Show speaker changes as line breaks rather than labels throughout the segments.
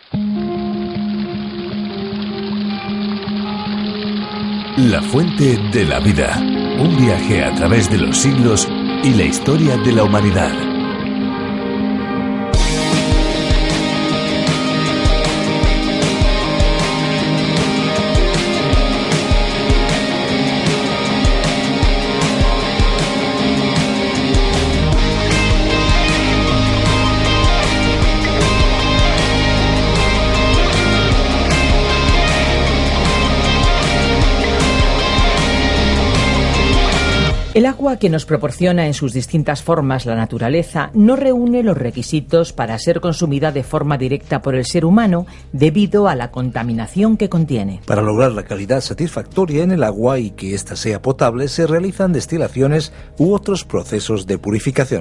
La fuente de la vida. Un viaje a través de los siglos y la historia de la humanidad.
El agua que nos proporciona en sus distintas formas la naturaleza no reúne los requisitos para ser consumida de forma directa por el ser humano debido a la contaminación que contiene.
Para lograr la calidad satisfactoria en el agua y que ésta sea potable, se realizan destilaciones u otros procesos de purificación.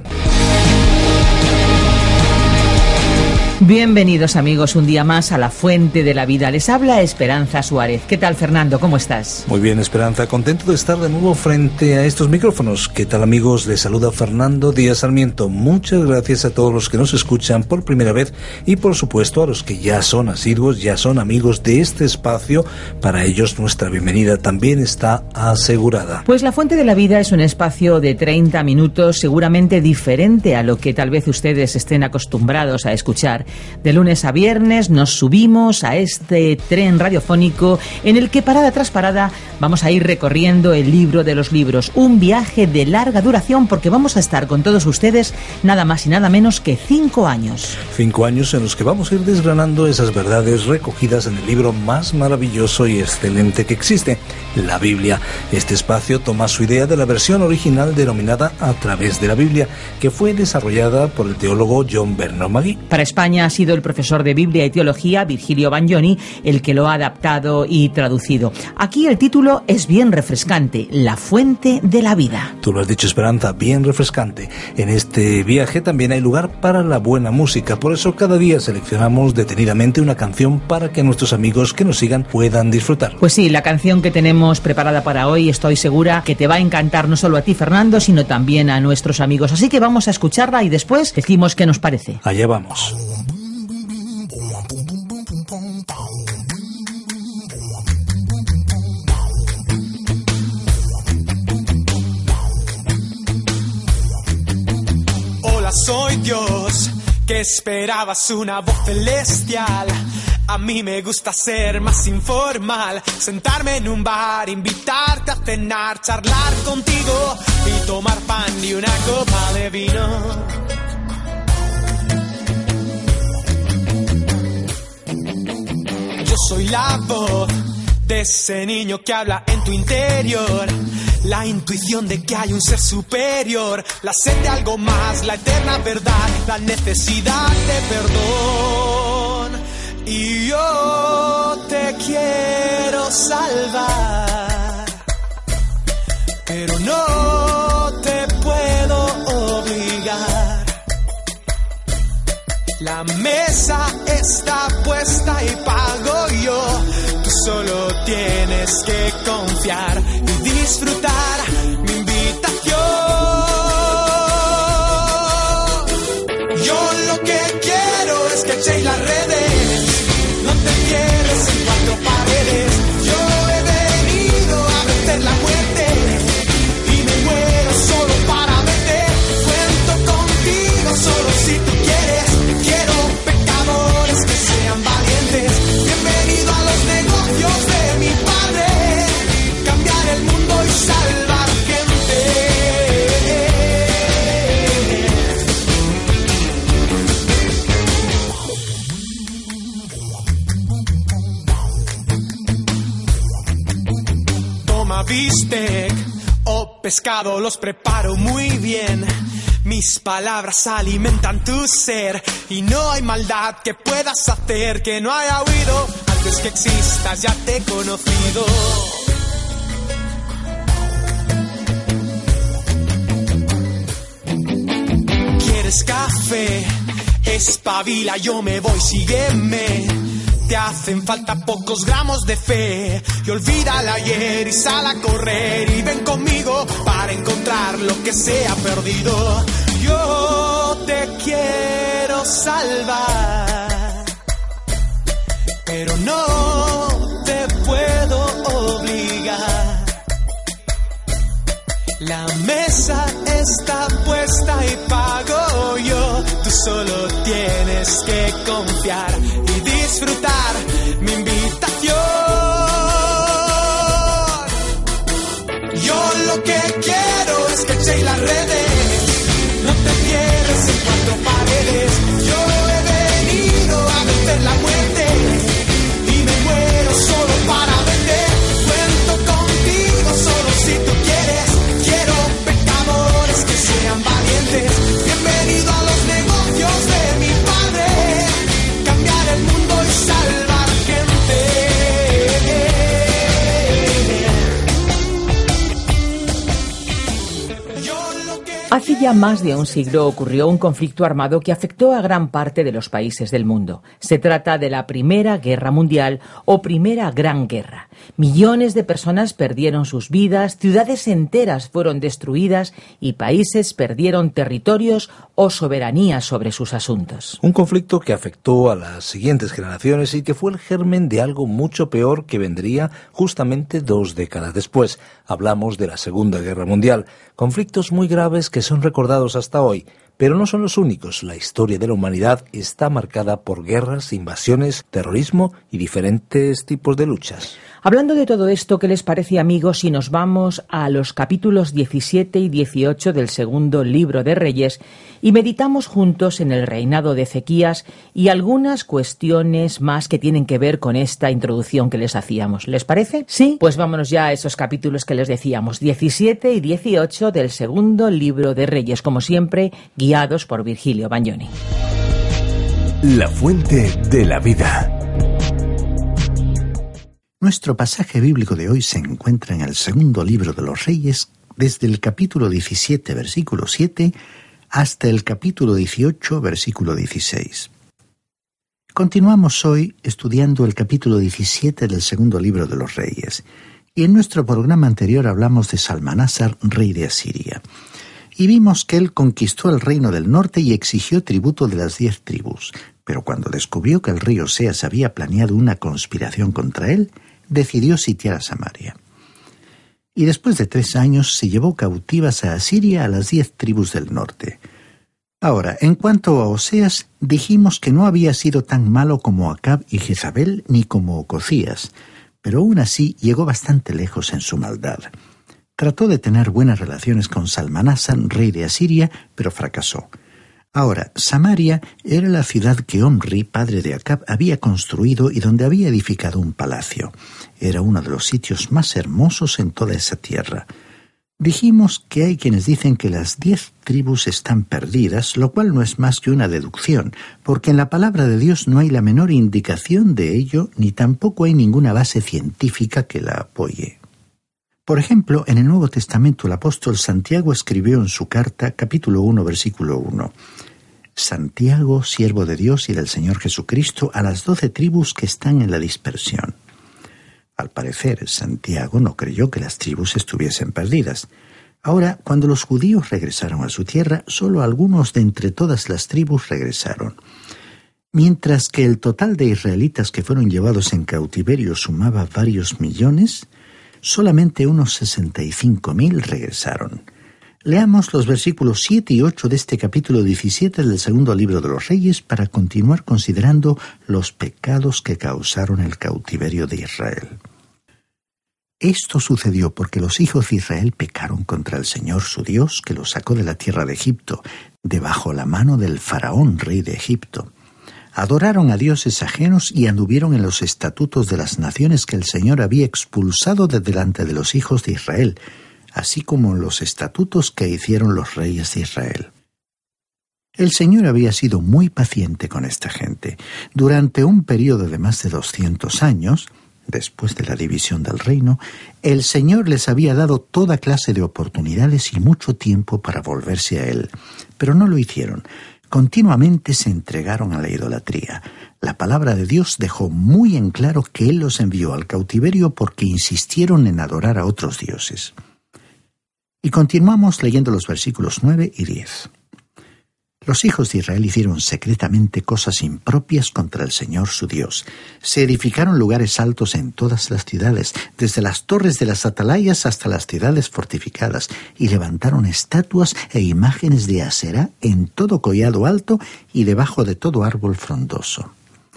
Bienvenidos amigos un día más a La Fuente de la Vida. Les habla Esperanza Suárez. ¿Qué tal, Fernando? ¿Cómo estás?
Muy bien, Esperanza. Contento de estar de nuevo frente a estos micrófonos. ¿Qué tal, amigos? Les saluda Fernando Díaz Sarmiento. Muchas gracias a todos los que nos escuchan por primera vez y, por supuesto, a los que ya son asiduos, ya son amigos de este espacio. Para ellos nuestra bienvenida también está asegurada.
Pues La Fuente de la Vida es un espacio de 30 minutos seguramente diferente a lo que tal vez ustedes estén acostumbrados a escuchar. De lunes a viernes nos subimos a este tren radiofónico en el que parada tras parada vamos a ir recorriendo el libro de los libros. Un viaje de larga duración porque vamos a estar con todos ustedes nada más y nada menos que 5 años.
5 años en los que vamos a ir desgranando esas verdades recogidas en el libro más maravilloso y excelente que existe, la Biblia. Este espacio toma su idea de la versión original denominada A través de la Biblia, que fue desarrollada por el teólogo John Vernon McGee.
Para España ha sido el profesor de Biblia y Teología, Virgilio Bagnoni, el que lo ha adaptado y traducido. Aquí el título es bien refrescante, La Fuente de la Vida.
Tú lo has dicho, Esperanza, bien refrescante. En este viaje también hay lugar para la buena música, por eso cada día seleccionamos detenidamente una canción para que nuestros amigos que nos sigan puedan disfrutar.
Pues sí, la canción que tenemos preparada para hoy estoy segura que te va a encantar no solo a ti, Fernando, sino también a nuestros amigos. Así que vamos a escucharla y después decimos qué nos parece.
Allá vamos.
Hola, soy Dios, que esperabas una voz celestial. A mí me gusta ser más informal, sentarme en un bar, invitarte a cenar, charlar contigo y tomar pan y una copa de vino. Soy la voz de ese niño que habla en tu interior, la intuición de que hay un ser superior, la sed de algo más, la eterna verdad, la necesidad de perdón. Y yo te quiero salvar, pero no te puedo obligar. La mesa está puesta y pago yo. Tú solo tienes que confiar y disfrutar mi invitación. Yo lo que quiero es que echéis las redes, no te quedes en 4 paredes. Yo he venido a vencer la muerte y me muero solo para verte. Cuento contigo solo si tú quieres. Quiero pecadores que sean valientes. Bienvenido a los negocios de mi padre. Cambiar el mundo y salvar gente. Toma bistec o pescado, los preparo muy bien. Mis palabras alimentan tu ser y no hay maldad que puedas hacer que no haya oído. Antes que existas ya te he conocido. ¿Quieres café? Espabila, yo me voy, sígueme. Te hacen falta pocos gramos de fe y olvida el ayer y sal a correr y ven conmigo para encontrar lo que se ha perdido. Yo te quiero salvar, La mesa está puesta y pago yo. Tú solo tienes que confiar y disfrutar mi invitación. Yo lo que quiero es que eches las redes, no te pierdas en cuatro paredes. Yo he venido a vencer la muerte y me muero solo para vender. Cuento contigo solo si tú quieres. Quiero pecadores que sean valientes. Bienvenido a los negocios de mi padre. Cambiar el mundo y salvar gente.
Hace ya más de un siglo ocurrió un conflicto armado que afectó a gran parte de los países del mundo. Se trata de la Primera Guerra Mundial o Primera Gran Guerra. Millones de personas perdieron sus vidas, ciudades enteras fueron destruidas y países perdieron territorios o soberanía sobre sus asuntos.
Un conflicto que afectó a las siguientes generaciones y que fue el germen de algo mucho peor que vendría justamente 2 décadas después. Hablamos de la Segunda Guerra Mundial. Conflictos muy graves que son recordados hasta hoy, pero no son los únicos. La historia de la humanidad está marcada por guerras, invasiones, terrorismo y diferentes tipos de luchas.
Hablando de todo esto, ¿qué les parece, amigos, si nos vamos a los capítulos 17 y 18 del segundo libro de Reyes y meditamos juntos en el reinado de Ezequías y algunas cuestiones más que tienen que ver con esta introducción que les hacíamos? ¿Les parece? ¿Sí? Pues vámonos ya a esos capítulos que les decíamos, 17 y 18 del segundo libro de Reyes, como siempre, guiados por Virgilio Bagnoni.
La fuente de la vida.
Nuestro pasaje bíblico de hoy se encuentra en el segundo libro de los Reyes, desde el capítulo 17, versículo 7, hasta el capítulo 18, versículo 16. Continuamos hoy estudiando el capítulo 17 del segundo libro de los Reyes, y en nuestro programa anterior hablamos de Salmanásar, rey de Asiria, y vimos que él conquistó el reino del norte y exigió tributo de las 10 tribus, pero cuando descubrió que el rey Oseas había planeado una conspiración contra él, decidió sitiar a Samaria. Y después de 3 años se llevó cautivas a Asiria a las 10 tribus del norte. Ahora, en cuanto a Oseas, dijimos que no había sido tan malo como Acab y Jezabel ni como Ocosías, pero aún así llegó bastante lejos en su maldad. Trató de tener buenas relaciones con Salmanásar, rey de Asiria, pero fracasó. Ahora, Samaria era la ciudad que Omri, padre de Acab, había construido y donde había edificado un palacio. Era uno de los sitios más hermosos en toda esa tierra. Dijimos que hay quienes dicen que las 10 tribus están perdidas, lo cual no es más que una deducción, porque en la palabra de Dios no hay la menor indicación de ello, ni tampoco hay ninguna base científica que la apoye. Por ejemplo, en el Nuevo Testamento el apóstol Santiago escribió en su carta, capítulo 1, versículo 1, Santiago, siervo de Dios y del Señor Jesucristo, a las 12 tribus que están en la dispersión. Al parecer, Santiago no creyó que las tribus estuviesen perdidas. Ahora, cuando los judíos regresaron a su tierra, solo algunos de entre todas las tribus regresaron. Mientras que el total de israelitas que fueron llevados en cautiverio sumaba varios millones, solamente unos 65.000 regresaron. Leamos los versículos 7 y 8 de este capítulo 17 del segundo libro de los Reyes para continuar considerando los pecados que causaron el cautiverio de Israel. Esto sucedió porque los hijos de Israel pecaron contra el Señor su Dios, que los sacó de la tierra de Egipto, debajo la mano del faraón, rey de Egipto. Adoraron a dioses ajenos y anduvieron en los estatutos de las naciones que el Señor había expulsado de delante de los hijos de Israel, así como en los estatutos que hicieron los reyes de Israel. El Señor había sido muy paciente con esta gente. Durante un periodo de más de 200 años, después de la división del reino, el Señor les había dado toda clase de oportunidades y mucho tiempo para volverse a Él, pero no lo hicieron. Continuamente se entregaron a la idolatría. La palabra de Dios dejó muy en claro que Él los envió al cautiverio porque insistieron en adorar a otros dioses. Y continuamos leyendo los versículos 9 y 10. Los hijos de Israel hicieron secretamente cosas impropias contra el Señor su Dios. Se edificaron lugares altos en todas las ciudades, desde las torres de las atalayas hasta las ciudades fortificadas, y levantaron estatuas e imágenes de Aserá en todo collado alto y debajo de todo árbol frondoso.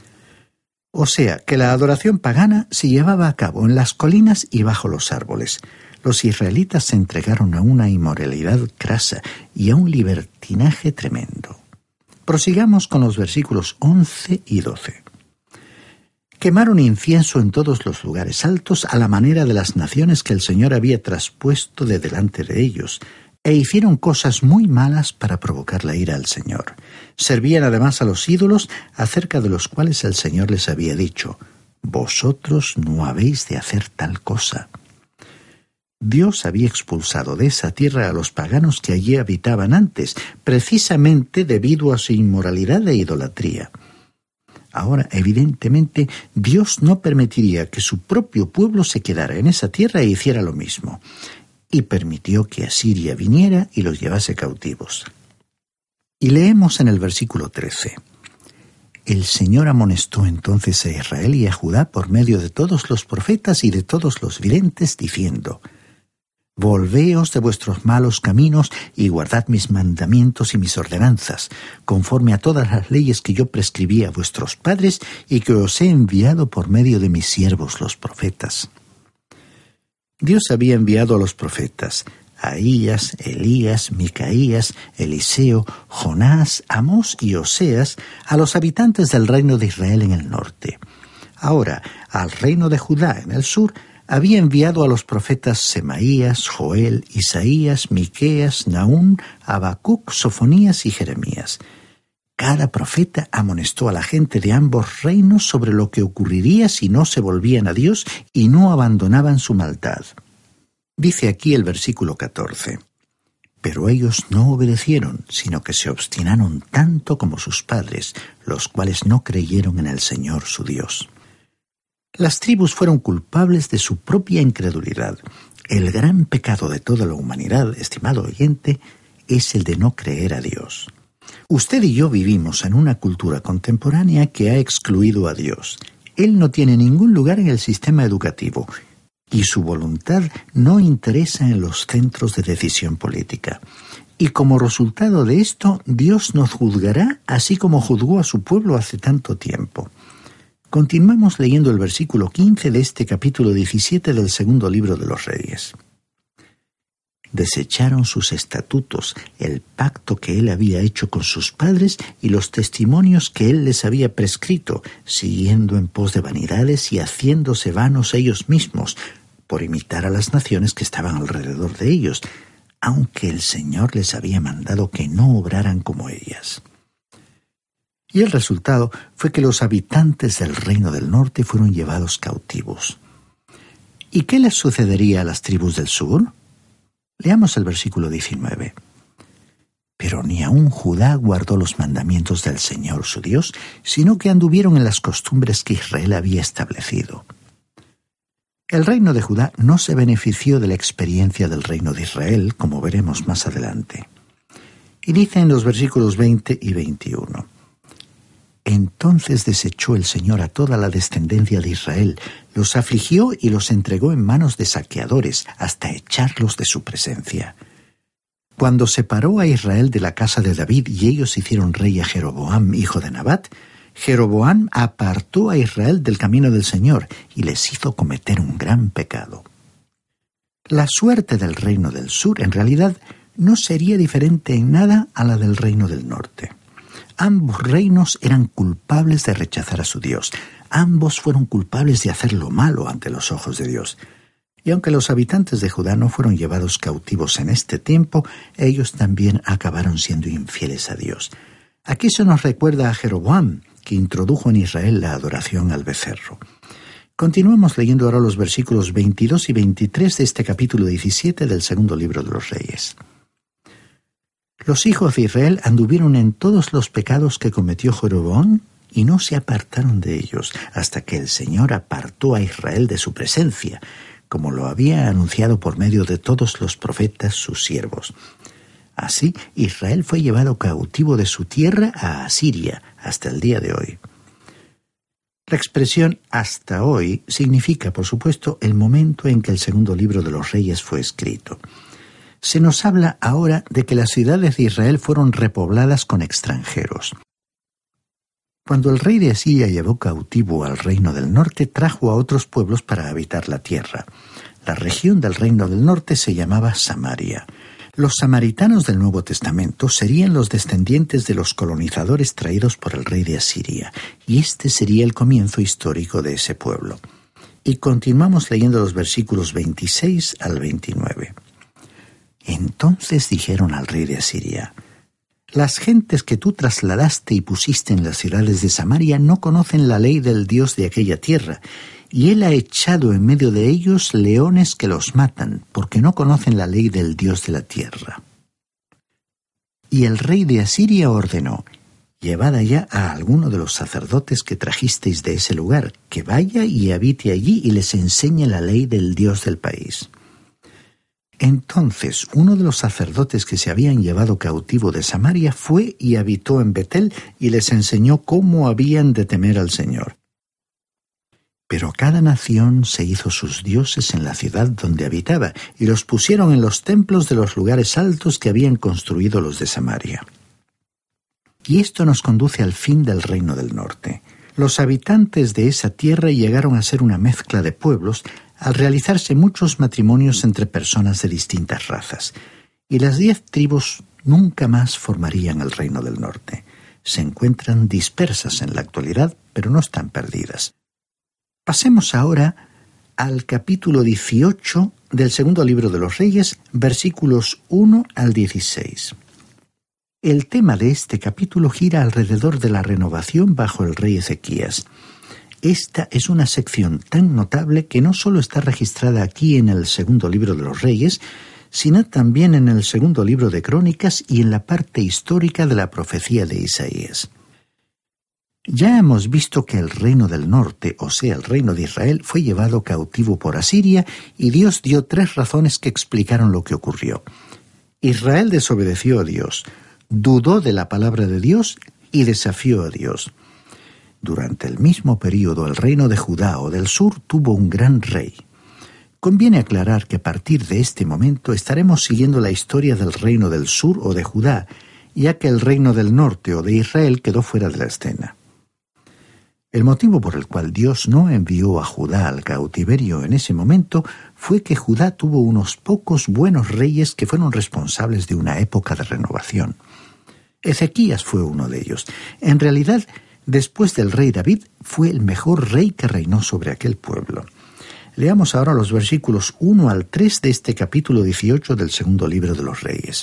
O sea, que la adoración pagana se llevaba a cabo en las colinas y bajo los árboles. Los israelitas se entregaron a una inmoralidad crasa y a un libertinaje tremendo. Prosigamos con los versículos 11 y 12. Quemaron incienso en todos los lugares altos a la manera de las naciones que el Señor había traspuesto de delante de ellos, e hicieron cosas muy malas para provocar la ira al Señor. Servían además a los ídolos, acerca de los cuales el Señor les había dicho: «Vosotros no habéis de hacer tal cosa». Dios había expulsado de esa tierra a los paganos que allí habitaban antes, precisamente debido a su inmoralidad e idolatría. Ahora, evidentemente, Dios no permitiría que su propio pueblo se quedara en esa tierra e hiciera lo mismo, y permitió que Asiria viniera y los llevase cautivos. Y leemos en el versículo 13. El Señor amonestó entonces a Israel y a Judá por medio de todos los profetas y de todos los videntes, diciendo: «Volveos de vuestros malos caminos y guardad mis mandamientos y mis ordenanzas, conforme a todas las leyes que yo prescribí a vuestros padres y que os he enviado por medio de mis siervos los profetas». Dios había enviado a los profetas, Ahías, Elías, Micaías, Eliseo, Jonás, Amós y Oseas, a los habitantes del reino de Israel en el norte. Ahora, al reino de Judá en el sur, había enviado a los profetas Semaías, Joel, Isaías, Miqueas, Nahum, Habacuc, Sofonías y Jeremías. Cada profeta amonestó a la gente de ambos reinos sobre lo que ocurriría si no se volvían a Dios y no abandonaban su maldad. Dice aquí el versículo 14. Pero ellos no obedecieron, sino que se obstinaron tanto como sus padres, los cuales no creyeron en el Señor su Dios. Las tribus fueron culpables de su propia incredulidad. El gran pecado de toda la humanidad, estimado oyente, es el de no creer a Dios. Usted y yo vivimos en una cultura contemporánea que ha excluido a Dios. Él no tiene ningún lugar en el sistema educativo y su voluntad no interesa en los centros de decisión política. Y como resultado de esto, Dios nos juzgará así como juzgó a su pueblo hace tanto tiempo. Continuamos leyendo el versículo 15 de este capítulo 17 del segundo libro de los Reyes. Desecharon sus estatutos, el pacto que él había hecho con sus padres y los testimonios que él les había prescrito, siguiendo en pos de vanidades y haciéndose vanos ellos mismos, por imitar a las naciones que estaban alrededor de ellos, aunque el Señor les había mandado que no obraran como ellas. Y el resultado fue que los habitantes del reino del norte fueron llevados cautivos. ¿Y qué les sucedería a las tribus del sur? Leamos el versículo 19. Pero ni aun Judá guardó los mandamientos del Señor su Dios, sino que anduvieron en las costumbres que Israel había establecido. El reino de Judá no se benefició de la experiencia del reino de Israel, como veremos más adelante. Y dice en los versículos 20 y 21. Entonces desechó el Señor a toda la descendencia de Israel, los afligió y los entregó en manos de saqueadores, hasta echarlos de su presencia. Cuando separó a Israel de la casa de David y ellos hicieron rey a Jeroboam, hijo de Nabat, Jeroboam apartó a Israel del camino del Señor y les hizo cometer un gran pecado. La suerte del reino del sur, en realidad, no sería diferente en nada a la del reino del norte. Ambos reinos eran culpables de rechazar a su Dios. Ambos fueron culpables de hacer lo malo ante los ojos de Dios. Y aunque los habitantes de Judá no fueron llevados cautivos en este tiempo, ellos también acabaron siendo infieles a Dios. Aquí se nos recuerda a Jeroboam, que introdujo en Israel la adoración al becerro. Continuamos leyendo ahora los versículos 22 y 23 de este capítulo 17 del segundo libro de los Reyes. Los hijos de Israel anduvieron en todos los pecados que cometió Jeroboam y no se apartaron de ellos, hasta que el Señor apartó a Israel de su presencia, como lo había anunciado por medio de todos los profetas sus siervos. Así, Israel fue llevado cautivo de su tierra a Asiria hasta el día de hoy. La expresión «hasta hoy» significa, por supuesto, el momento en que el segundo libro de los Reyes fue escrito. Se nos habla ahora de que las ciudades de Israel fueron repobladas con extranjeros. Cuando el rey de Asiria llevó cautivo al reino del norte, trajo a otros pueblos para habitar la tierra. La región del reino del norte se llamaba Samaria. Los samaritanos del Nuevo Testamento serían los descendientes de los colonizadores traídos por el rey de Asiria, y este sería el comienzo histórico de ese pueblo. Y continuamos leyendo los versículos 26 al 29. Entonces dijeron al rey de Asiria: las gentes que tú trasladaste y pusiste en las ciudades de Samaria no conocen la ley del Dios de aquella tierra, y él ha echado en medio de ellos leones que los matan, porque no conocen la ley del Dios de la tierra. Y el rey de Asiria ordenó: llevad allá a alguno de los sacerdotes que trajisteis de ese lugar, que vaya y habite allí y les enseñe la ley del Dios del país. Entonces uno de los sacerdotes que se habían llevado cautivo de Samaria fue y habitó en Betel y les enseñó cómo habían de temer al Señor. Pero cada nación se hizo sus dioses en la ciudad donde habitaba y los pusieron en los templos de los lugares altos que habían construido los de Samaria. Y esto nos conduce al fin del reino del norte. Los habitantes de esa tierra llegaron a ser una mezcla de pueblos al realizarse muchos matrimonios entre personas de distintas razas, y las 10 tribus nunca más formarían el reino del norte. Se encuentran dispersas en la actualidad, pero no están perdidas. Pasemos ahora al capítulo 18 del segundo libro de los Reyes, versículos 1 al 16. El tema de este capítulo gira alrededor de la renovación bajo el rey Ezequías. Esta es una sección tan notable que no solo está registrada aquí en el segundo libro de los Reyes, sino también en el segundo libro de Crónicas y en la parte histórica de la profecía de Isaías. Ya hemos visto que el reino del norte, o sea, el reino de Israel, fue llevado cautivo por Asiria, y Dios dio 3 razones que explicaron lo que ocurrió. Israel desobedeció a Dios, dudó de la palabra de Dios y desafió a Dios. Durante el mismo período, el reino de Judá o del sur tuvo un gran rey. Conviene aclarar que a partir de este momento estaremos siguiendo la historia del reino del sur o de Judá, ya que el reino del norte o de Israel quedó fuera de la escena. El motivo por el cual Dios no envió a Judá al cautiverio en ese momento fue que Judá tuvo unos pocos buenos reyes que fueron responsables de una época de renovación. Ezequías fue uno de ellos. En realidad, después del rey David, fue el mejor rey que reinó sobre aquel pueblo. Leamos ahora los versículos 1 al 3 de este capítulo 18 del segundo libro de los Reyes.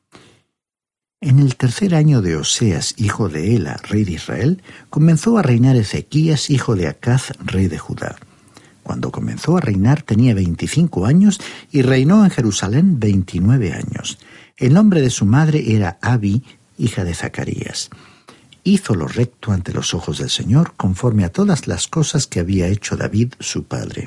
En el 3er año de Oseas, hijo de Ela, rey de Israel, comenzó a reinar Ezequías, hijo de Acaz, rey de Judá. Cuando comenzó a reinar tenía 25 años y reinó en Jerusalén 29 años. El nombre de su madre era Abi, hija de Zacarías. Hizo lo recto ante los ojos del Señor, conforme a todas las cosas que había hecho David, su padre.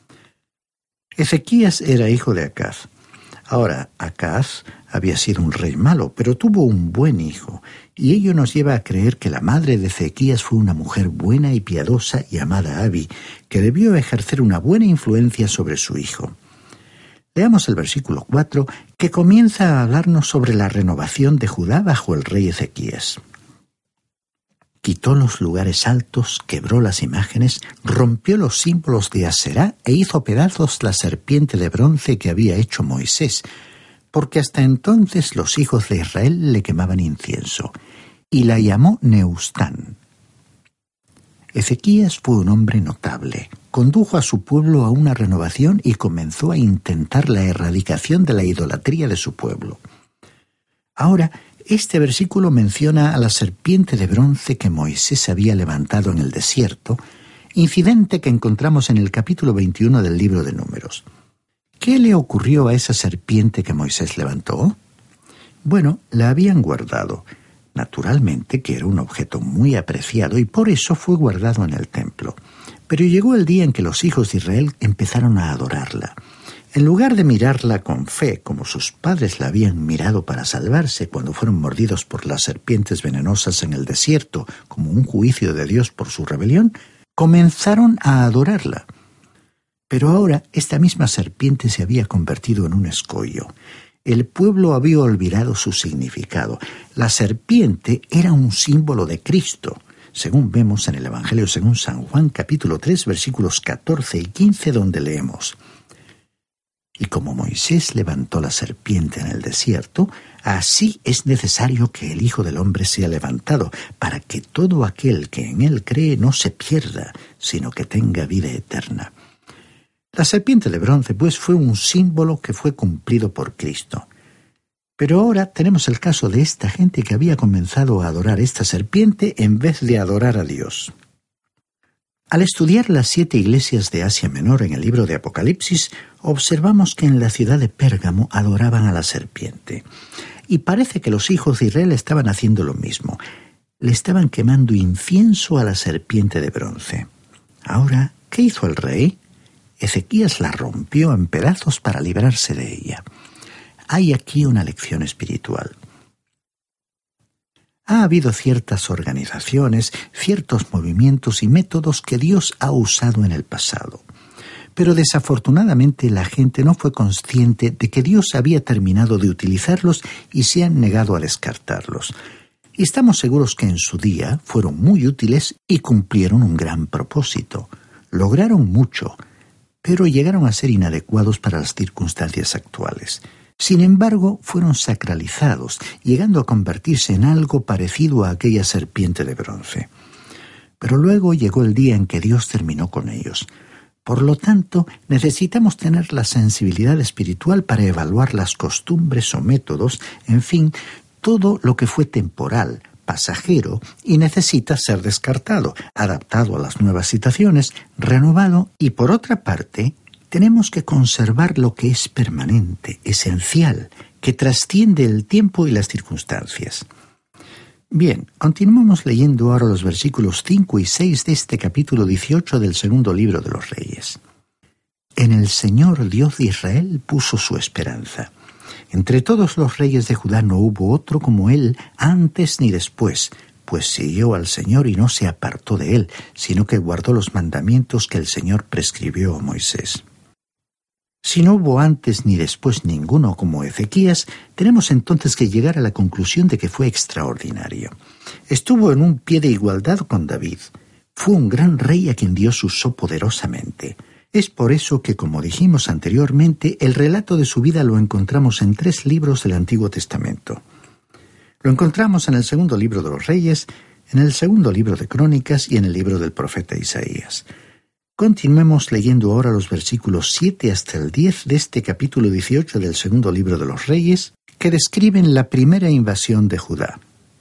Ezequías era hijo de Acaz. Ahora, Acaz había sido un rey malo, pero tuvo un buen hijo, y ello nos lleva a creer que la madre de Ezequías fue una mujer buena y piadosa llamada Abi, que debió ejercer una buena influencia sobre su hijo. Leamos el versículo 4, que comienza a hablarnos sobre la renovación de Judá bajo el rey Ezequías. Quitó los lugares altos, quebró las imágenes, rompió los símbolos de Aserá e hizo pedazos la serpiente de bronce que había hecho Moisés, porque hasta entonces los hijos de Israel le quemaban incienso, y la llamó Neustán. Ezequías fue un hombre notable, condujo a su pueblo a una renovación y comenzó a intentar la erradicación de la idolatría de su pueblo. Ahora, este versículo menciona a la serpiente de bronce que Moisés había levantado en el desierto, incidente que encontramos en el capítulo 21 del libro de Números. ¿Qué le ocurrió a esa serpiente que Moisés levantó? Bueno, la habían guardado. Naturalmente que era un objeto muy apreciado y por eso fue guardado en el templo. Pero llegó el día en que los hijos de Israel empezaron a adorarla. En lugar de mirarla con fe, como sus padres la habían mirado para salvarse cuando fueron mordidos por las serpientes venenosas en el desierto, como un juicio de Dios por su rebelión, comenzaron a adorarla. Pero ahora esta misma serpiente se había convertido en un escollo. El pueblo había olvidado su significado. La serpiente era un símbolo de Cristo, según vemos en el Evangelio según San Juan, capítulo 3, versículos 14 y 15, donde leemos: Y como Moisés levantó la serpiente en el desierto, así es necesario que el Hijo del Hombre sea levantado, para que todo aquel que en él cree no se pierda, sino que tenga vida eterna. La serpiente de bronce, pues, fue un símbolo que fue cumplido por Cristo. Pero ahora tenemos el caso de esta gente que había comenzado a adorar esta serpiente en vez de adorar a Dios. Al estudiar las 7 iglesias de Asia Menor en el libro de Apocalipsis, observamos que en la ciudad de Pérgamo adoraban a la serpiente. Y parece que los hijos de Israel estaban haciendo lo mismo. Le estaban quemando incienso a la serpiente de bronce. Ahora, ¿qué hizo el rey? Ezequías la rompió en pedazos para librarse de ella. Hay aquí una lección espiritual. Ha habido ciertas organizaciones, ciertos movimientos y métodos que Dios ha usado en el pasado. Pero desafortunadamente la gente no fue consciente de que Dios había terminado de utilizarlos y se han negado a descartarlos. Y estamos seguros que en su día fueron muy útiles y cumplieron un gran propósito. Lograron mucho, pero llegaron a ser inadecuados para las circunstancias actuales. Sin embargo, fueron sacralizados, llegando a convertirse en algo parecido a aquella serpiente de bronce. Pero luego llegó el día en que Dios terminó con ellos. Por lo tanto, necesitamos tener la sensibilidad espiritual para evaluar las costumbres o métodos, en fin, todo lo que fue temporal, pasajero y necesita ser descartado, adaptado a las nuevas situaciones, renovado y, por otra parte, tenemos que conservar lo que es permanente, esencial, que trasciende el tiempo y las circunstancias. Bien, continuamos leyendo ahora los versículos 5 y 6 de este capítulo 18 del segundo libro de los Reyes. En el Señor Dios de Israel puso su esperanza. Entre todos los reyes de Judá no hubo otro como él antes ni después, pues siguió al Señor y no se apartó de él, sino que guardó los mandamientos que el Señor prescribió a Moisés. Si no hubo antes ni después ninguno como Ezequías, tenemos entonces que llegar a la conclusión de que fue extraordinario. Estuvo en un pie de igualdad con David. Fue un gran rey a quien Dios usó poderosamente. Es por eso que, como dijimos anteriormente, el relato de su vida lo encontramos en 3 libros del Antiguo Testamento. Lo encontramos en el segundo libro de los Reyes, en el segundo libro de Crónicas y en el libro del profeta Isaías. Continuemos leyendo ahora los versículos 7 hasta el 10 de este capítulo 18 del segundo libro de los Reyes, que describen la primera invasión de Judá.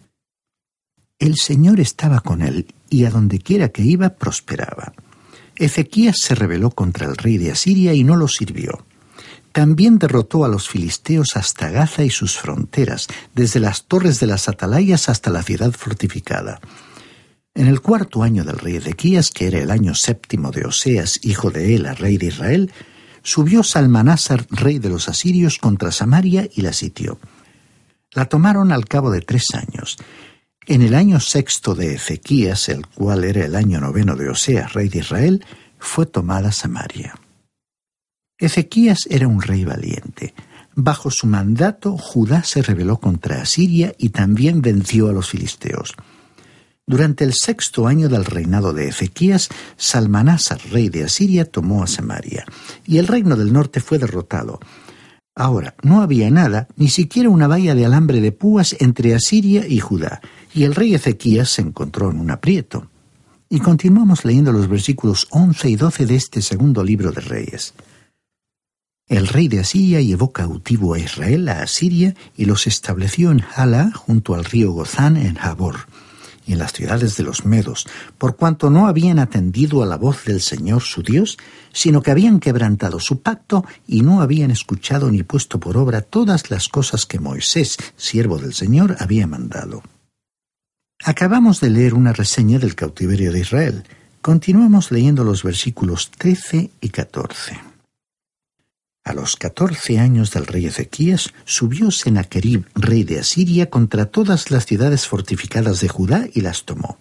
El Señor estaba con él, y a donde quiera que iba prosperaba. Ezequías se rebeló contra el rey de Asiria y no lo sirvió. También derrotó a los filisteos hasta Gaza y sus fronteras, desde las torres de las atalayas hasta la ciudad fortificada. En el 4º año del rey Ezequías, que era el año 7º de Oseas, hijo de Ela, rey de Israel, subió Salmanásar, rey de los asirios, contra Samaria y la sitió. La tomaron al cabo de 3 años. En el año 6º de Ezequías, el cual era el año 9º de Oseas, rey de Israel, fue tomada Samaria. Ezequías era un rey valiente. Bajo su mandato, Judá se rebeló contra Asiria y también venció a los filisteos. Durante el 6º año del reinado de Ezequías, Salmanásar, rey de Asiria, tomó a Samaria, y el reino del norte fue derrotado. Ahora, no había nada, ni siquiera una valla de alambre de púas entre Asiria y Judá, y el rey Ezequías se encontró en un aprieto. Y continuamos leyendo los versículos 11 y 12 de este segundo libro de Reyes. El rey de Asiria llevó cautivo a Israel a Asiria y los estableció en Hala, junto al río Gozán, en Jabor, y en las ciudades de los medos, por cuanto no habían atendido a la voz del Señor su Dios, sino que habían quebrantado su pacto y no habían escuchado ni puesto por obra todas las cosas que Moisés, siervo del Señor, había mandado. Acabamos de leer una reseña del cautiverio de Israel. Continuamos leyendo los versículos 13 y 14. A los 14 años del rey Ezequías, subió Sennacherib, rey de Asiria, contra todas las ciudades fortificadas de Judá y las tomó.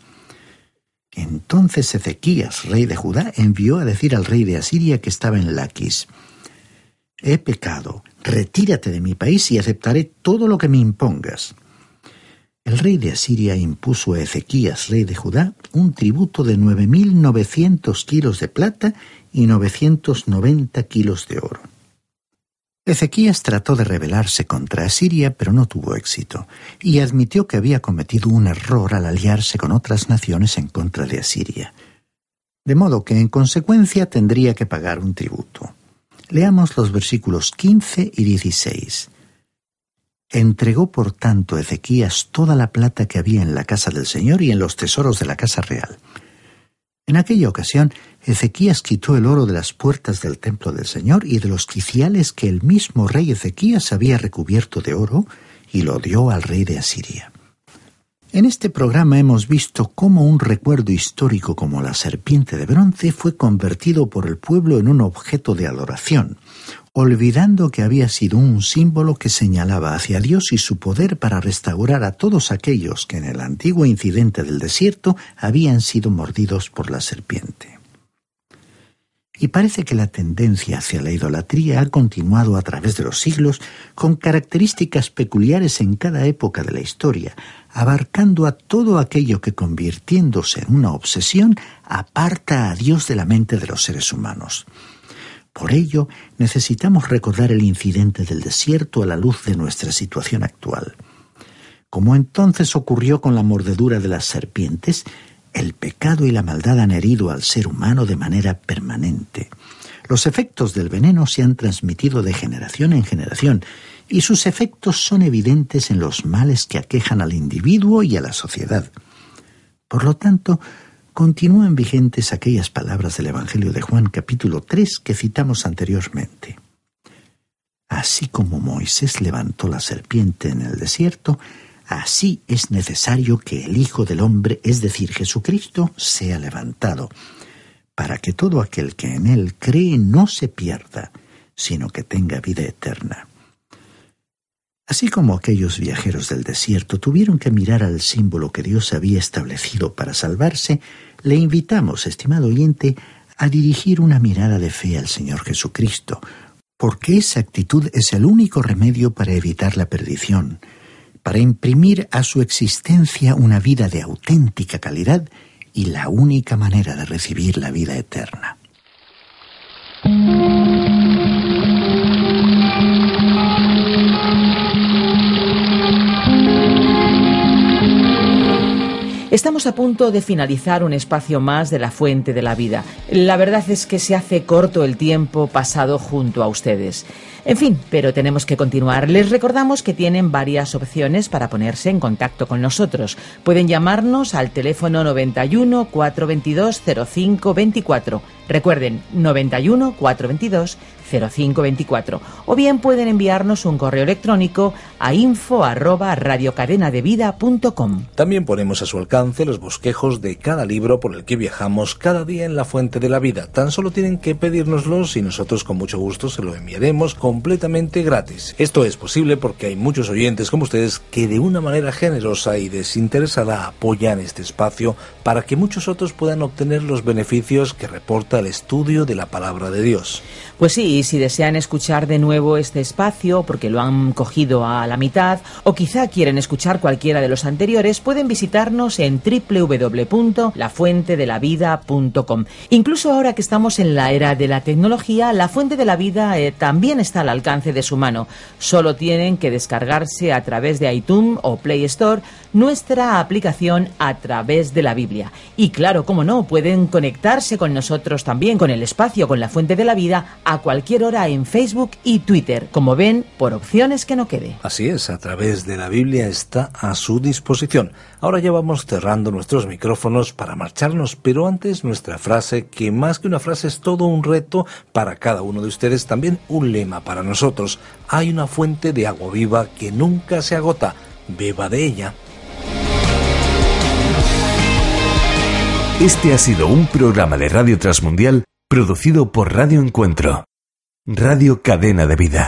Entonces Ezequías, rey de Judá, envió a decir al rey de Asiria que estaba en Laquis: «He pecado, retírate de mi país y aceptaré todo lo que me impongas». El rey de Asiria impuso a Ezequías, rey de Judá, un tributo de 9.900 kilos de plata y 990 kilos de oro. Ezequías trató de rebelarse contra Asiria, pero no tuvo éxito, y admitió que había cometido un error al aliarse con otras naciones en contra de Asiria. De modo que, en consecuencia, tendría que pagar un tributo. Leamos los versículos 15 y 16. Entregó, por tanto, Ezequías toda la plata que había en la casa del Señor y en los tesoros de la casa real. En aquella ocasión, Ezequías quitó el oro de las puertas del templo del Señor y de los quiciales que el mismo rey Ezequías había recubierto de oro, y lo dio al rey de Asiria. En este programa hemos visto cómo un recuerdo histórico como la serpiente de bronce fue convertido por el pueblo en un objeto de adoración, olvidando que había sido un símbolo que señalaba hacia Dios y su poder para restaurar a todos aquellos que en el antiguo incidente del desierto habían sido mordidos por la serpiente. Y parece que la tendencia hacia la idolatría ha continuado a través de los siglos, con características peculiares en cada época de la historia, abarcando a todo aquello que, convirtiéndose en una obsesión, aparta a Dios de la mente de los seres humanos. Por ello, necesitamos recordar el incidente del desierto a la luz de nuestra situación actual. Como entonces ocurrió con la mordedura de las serpientes, el pecado y la maldad han herido al ser humano de manera permanente. Los efectos del veneno se han transmitido de generación en generación, y sus efectos son evidentes en los males que aquejan al individuo y a la sociedad. Por lo tanto, continúan vigentes aquellas palabras del Evangelio de Juan capítulo 3 que citamos anteriormente. Así como Moisés levantó la serpiente en el desierto, así es necesario que el Hijo del Hombre, es decir, Jesucristo, sea levantado, para que todo aquel que en él cree no se pierda, sino que tenga vida eterna. Así como aquellos viajeros del desierto tuvieron que mirar al símbolo que Dios había establecido para salvarse, le invitamos, estimado oyente, a dirigir una mirada de fe al Señor Jesucristo, porque esa actitud es el único remedio para evitar la perdición, para imprimir a su existencia una vida de auténtica calidad y la única manera de recibir la vida eterna.
Estamos a punto de finalizar un espacio más de La Fuente de la Vida. La verdad es que se hace corto el tiempo pasado junto a ustedes. En fin, pero tenemos que continuar. Les recordamos que tienen varias opciones para ponerse en contacto con nosotros. Pueden llamarnos al teléfono 91 422 0524. Recuerden, 91 422 0524. O bien pueden enviarnos un correo electrónico a info@radiocadenadevida.com.
También ponemos a su alcance los bosquejos de cada libro por el que viajamos cada día en La Fuente de la Vida. Tan solo tienen que pedírnoslos y nosotros con mucho gusto se lo enviaremos completamente gratis. Esto es posible porque hay muchos oyentes como ustedes que de una manera generosa y desinteresada apoyan este espacio para que muchos otros puedan obtener los beneficios que reporta el estudio de la Palabra de Dios.
Pues sí, si desean escuchar de nuevo este espacio porque lo han cogido a la mitad o quizá quieren escuchar cualquiera de los anteriores, pueden visitarnos en www.lafuentedelavida.com. Incluso ahora que estamos en la era de la tecnología, La Fuente de la Vida también está al alcance de su mano. Solo tienen que descargarse a través de iTunes o Play Store nuestra aplicación A Través de la Biblia. Y claro, cómo no, pueden conectarse con nosotros también, con el espacio, con La Fuente de la Vida, a cualquier hora en Facebook y Twitter, como ven, por opciones que no quede.
Así es, A Través de la Biblia está a su disposición. Ahora ya vamos cerrando nuestros micrófonos para marcharnos, pero antes nuestra frase, que más que una frase es todo un reto para cada uno de ustedes, también un lema para nosotros. Hay una fuente de agua viva que nunca se agota, beba de ella.
Este ha sido un programa de Radio Transmundial producido por Radio Encuentro. Radio Cadena de Vida.